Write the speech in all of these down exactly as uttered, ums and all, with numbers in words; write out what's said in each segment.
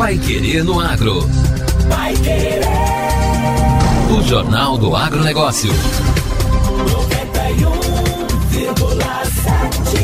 Paiquerê no Agro. Paiquerê. O Jornal do Agronegócio. noventa e um vírgula sete.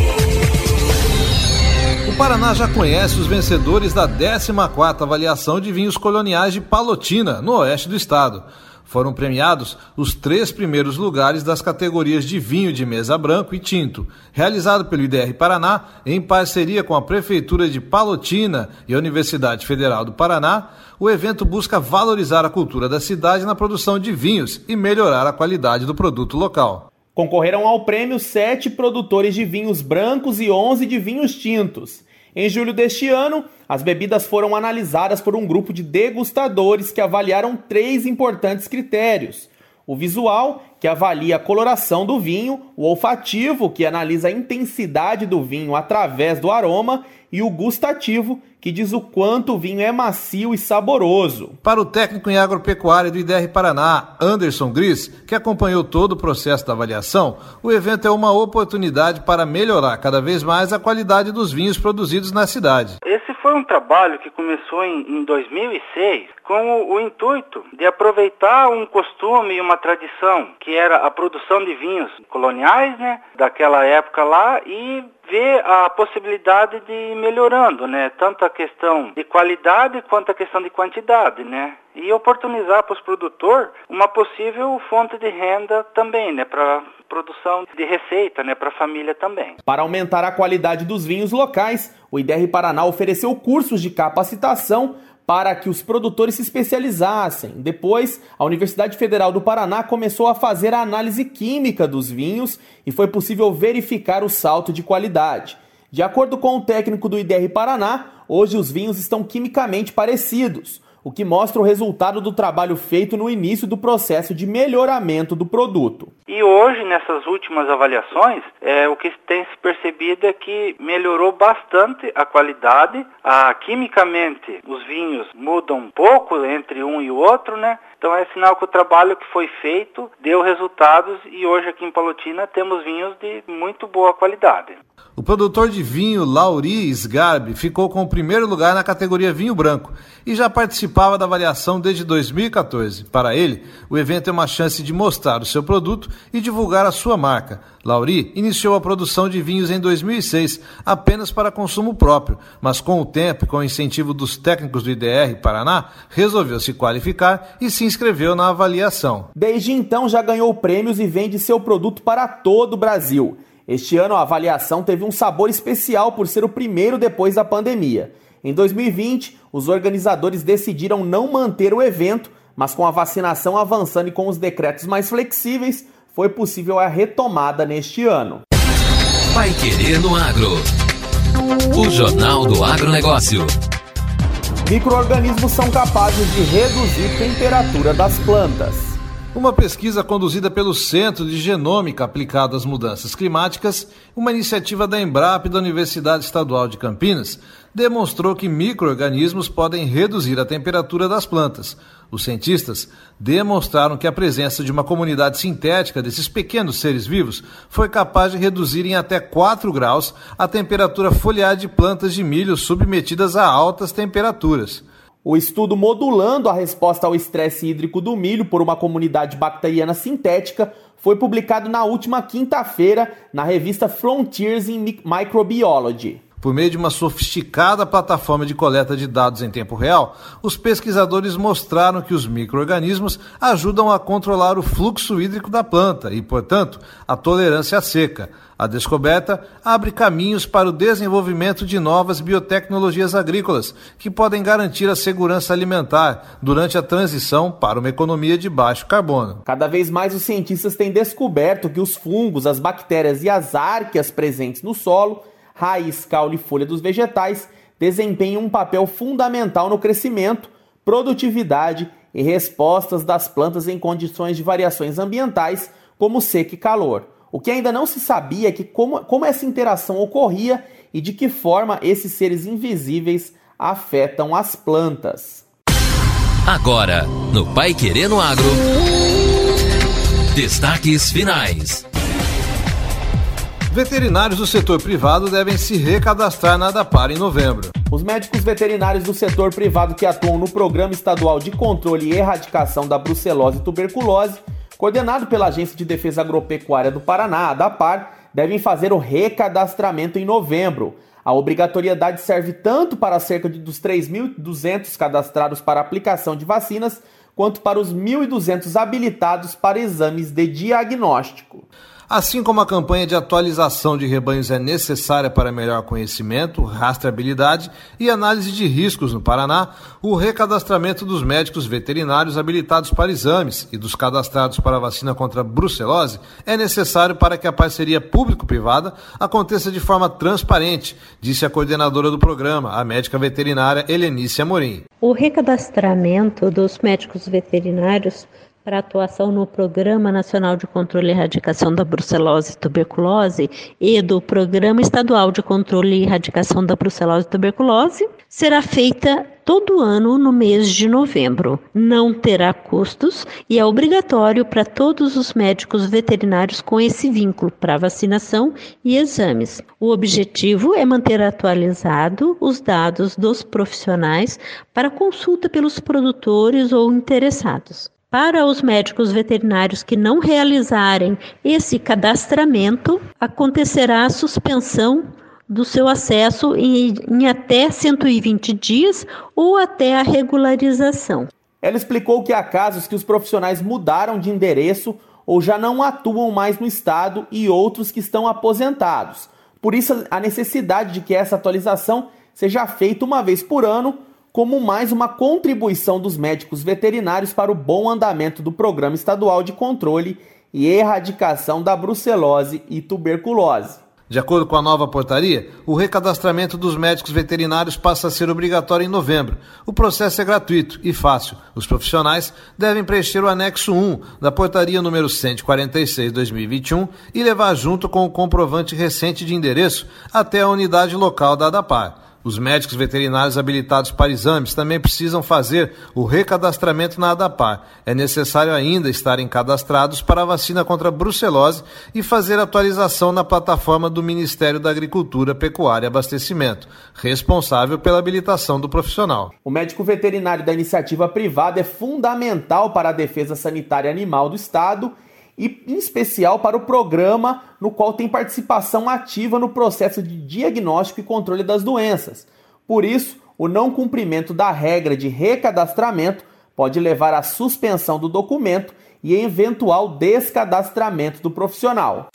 O Paraná já conhece os vencedores da décima quarta avaliação de vinhos coloniais de Palotina, no oeste do estado. Foram premiados os três primeiros lugares das categorias de vinho de mesa branco e tinto, realizado pelo I D R Paraná em parceria com a Prefeitura de Palotina e a Universidade Federal do Paraná. O evento busca valorizar a cultura da cidade na produção de vinhos e melhorar a qualidade do produto local. Concorreram ao prêmio sete produtores de vinhos brancos e onze de vinhos tintos. Em julho deste ano, as bebidas foram analisadas por um grupo de degustadores que avaliaram três importantes critérios: o visual, que avalia a coloração do vinho, o olfativo, que analisa a intensidade do vinho através do aroma, e o gustativo, que diz o quanto o vinho é macio e saboroso. Para o técnico em agropecuária do I D R Paraná, Anderson Gris, que acompanhou todo o processo da avaliação, o evento é uma oportunidade para melhorar cada vez mais a qualidade dos vinhos produzidos na cidade. Esse foi um trabalho que começou em, em dois mil e seis com o, o intuito de aproveitar um costume e uma tradição, que era a produção de vinhos coloniais, né, daquela época lá, e ver a possibilidade de ir melhorando, né, tanto a questão de qualidade quanto a questão de quantidade, né, e oportunizar para os produtores uma possível fonte de renda também, né, para produção de receita, né, para a família também. Para aumentar a qualidade dos vinhos locais, o I D R Paraná ofereceu cursos de capacitação para que os produtores se especializassem. Depois, a Universidade Federal do Paraná começou a fazer a análise química dos vinhos e foi possível verificar o salto de qualidade. De acordo com o técnico do I D R Paraná, hoje os vinhos estão quimicamente parecidos, o que mostra o resultado do trabalho feito no início do processo de melhoramento do produto. E hoje, nessas últimas avaliações, é, o que tem se percebido é que melhorou bastante a qualidade. Ah, quimicamente, os vinhos mudam um pouco entre um e o outro, né? Então é sinal que o trabalho que foi feito deu resultados e hoje aqui em Palotina temos vinhos de muito boa qualidade. O produtor de vinho Lauri Sgarbi ficou com o primeiro lugar na categoria vinho branco e já participava da avaliação desde dois mil e catorze. Para ele, o evento é uma chance de mostrar o seu produto e divulgar a sua marca. Lauri iniciou a produção de vinhos em dois mil e seis, apenas para consumo próprio, mas com o tempo e com o incentivo dos técnicos do I D R Paraná, resolveu se qualificar e se inscreveu na avaliação. Desde então já ganhou prêmios e vende seu produto para todo o Brasil. Este ano a avaliação teve um sabor especial por ser o primeiro depois da pandemia. Em dois mil e vinte, os organizadores decidiram não manter o evento, mas com a vacinação avançando e com os decretos mais flexíveis, foi possível a retomada neste ano. Paiquerê no Agro. O Jornal do Agronegócio. Micro-organismos são capazes de reduzir a temperatura das plantas. Uma pesquisa conduzida pelo Centro de Genômica Aplicada às Mudanças Climáticas, uma iniciativa da Embrapa e da Universidade Estadual de Campinas, demonstrou que micro-organismos podem reduzir a temperatura das plantas. Os cientistas demonstraram que a presença de uma comunidade sintética desses pequenos seres vivos foi capaz de reduzir em até quatro graus a temperatura foliar de plantas de milho submetidas a altas temperaturas. O estudo modulando a resposta ao estresse hídrico do milho por uma comunidade bacteriana sintética foi publicado na última quinta-feira na revista Frontiers in Microbiology. Por meio de uma sofisticada plataforma de coleta de dados em tempo real, os pesquisadores mostraram que os micro-organismos ajudam a controlar o fluxo hídrico da planta e, portanto, a tolerância à seca. A descoberta abre caminhos para o desenvolvimento de novas biotecnologias agrícolas, que podem garantir a segurança alimentar durante a transição para uma economia de baixo carbono. Cada vez mais os cientistas têm descoberto que os fungos, as bactérias e as árqueas presentes no solo, raiz, caule e folha dos vegetais, desempenham um papel fundamental no crescimento, produtividade e respostas das plantas em condições de variações ambientais, como seca e calor. O que ainda não se sabia é que como, como essa interação ocorria e de que forma esses seres invisíveis afetam as plantas. Agora, no Paiquerê no Agro, destaques finais. Veterinários do setor privado devem se recadastrar na ADAPAR em novembro. Os médicos veterinários do setor privado que atuam no Programa Estadual de Controle e Erradicação da Brucelose e Tuberculose, coordenado pela Agência de Defesa Agropecuária do Paraná, ADAPAR, devem fazer o recadastramento em novembro. A obrigatoriedade serve tanto para cerca de dos três mil e duzentos cadastrados para aplicação de vacinas, quanto para os mil e duzentos habilitados para exames de diagnóstico. Assim como a campanha de atualização de rebanhos é necessária para melhor conhecimento, rastreabilidade e análise de riscos no Paraná, o recadastramento dos médicos veterinários habilitados para exames e dos cadastrados para a vacina contra a brucelose é necessário para que a parceria público-privada aconteça de forma transparente, disse a coordenadora do programa, a médica veterinária Helenice Amorim. O recadastramento dos médicos veterinários para atuação no Programa Nacional de Controle e Erradicação da Brucelose e Tuberculose e do Programa Estadual de Controle e Erradicação da Brucelose e Tuberculose será feita todo ano no mês de novembro. Não terá custos e é obrigatório para todos os médicos veterinários com esse vínculo para vacinação e exames. O objetivo é manter atualizado os dados dos profissionais para consulta pelos produtores ou interessados. Para os médicos veterinários que não realizarem esse cadastramento, acontecerá a suspensão do seu acesso em, em até cento e vinte dias ou até a regularização. Ela explicou que há casos que os profissionais mudaram de endereço ou já não atuam mais no estado e outros que estão aposentados. Por isso, a necessidade de que essa atualização seja feita uma vez por ano, como mais uma contribuição dos médicos veterinários para o bom andamento do Programa Estadual de Controle e Erradicação da Brucelose e Tuberculose. De acordo com a nova portaria, o recadastramento dos médicos veterinários passa a ser obrigatório em novembro. O processo é gratuito e fácil. Os profissionais devem preencher o anexo um da portaria número cento e quarenta e seis barra dois mil e vinte e um e levar junto com o comprovante recente de endereço até a unidade local da ADAPAR. Os médicos veterinários habilitados para exames também precisam fazer o recadastramento na ADAPAR. É necessário ainda estarem cadastrados para a vacina contra a brucelose e fazer atualização na plataforma do Ministério da Agricultura, Pecuária e Abastecimento, responsável pela habilitação do profissional. O médico veterinário da iniciativa privada é fundamental para a defesa sanitária animal do Estado e, em especial, para o programa no qual tem participação ativa no processo de diagnóstico e controle das doenças. Por isso, o não cumprimento da regra de recadastramento pode levar à suspensão do documento e eventual descadastramento do profissional.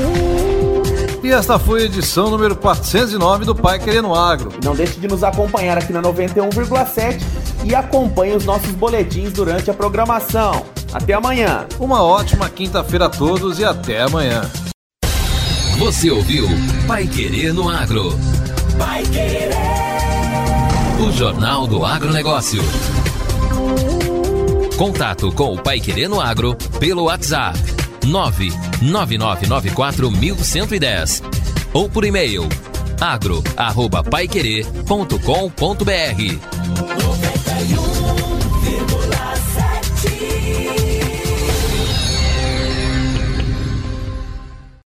E esta foi a edição número quatrocentos e nove do Pai Querendo Agro. Não deixe de nos acompanhar aqui na noventa e um vírgula sete e acompanhe os nossos boletins durante a programação. Até amanhã. Uma ótima quinta-feira a todos e até amanhã. Você ouviu Pai Querer no Agro. Pai Querer. O Jornal do Agronegócio. Contato com o Pai Querer no Agro pelo WhatsApp nove nove nove nove quatro um um zero ou por e-mail agro arroba paiquerer ponto com ponto br.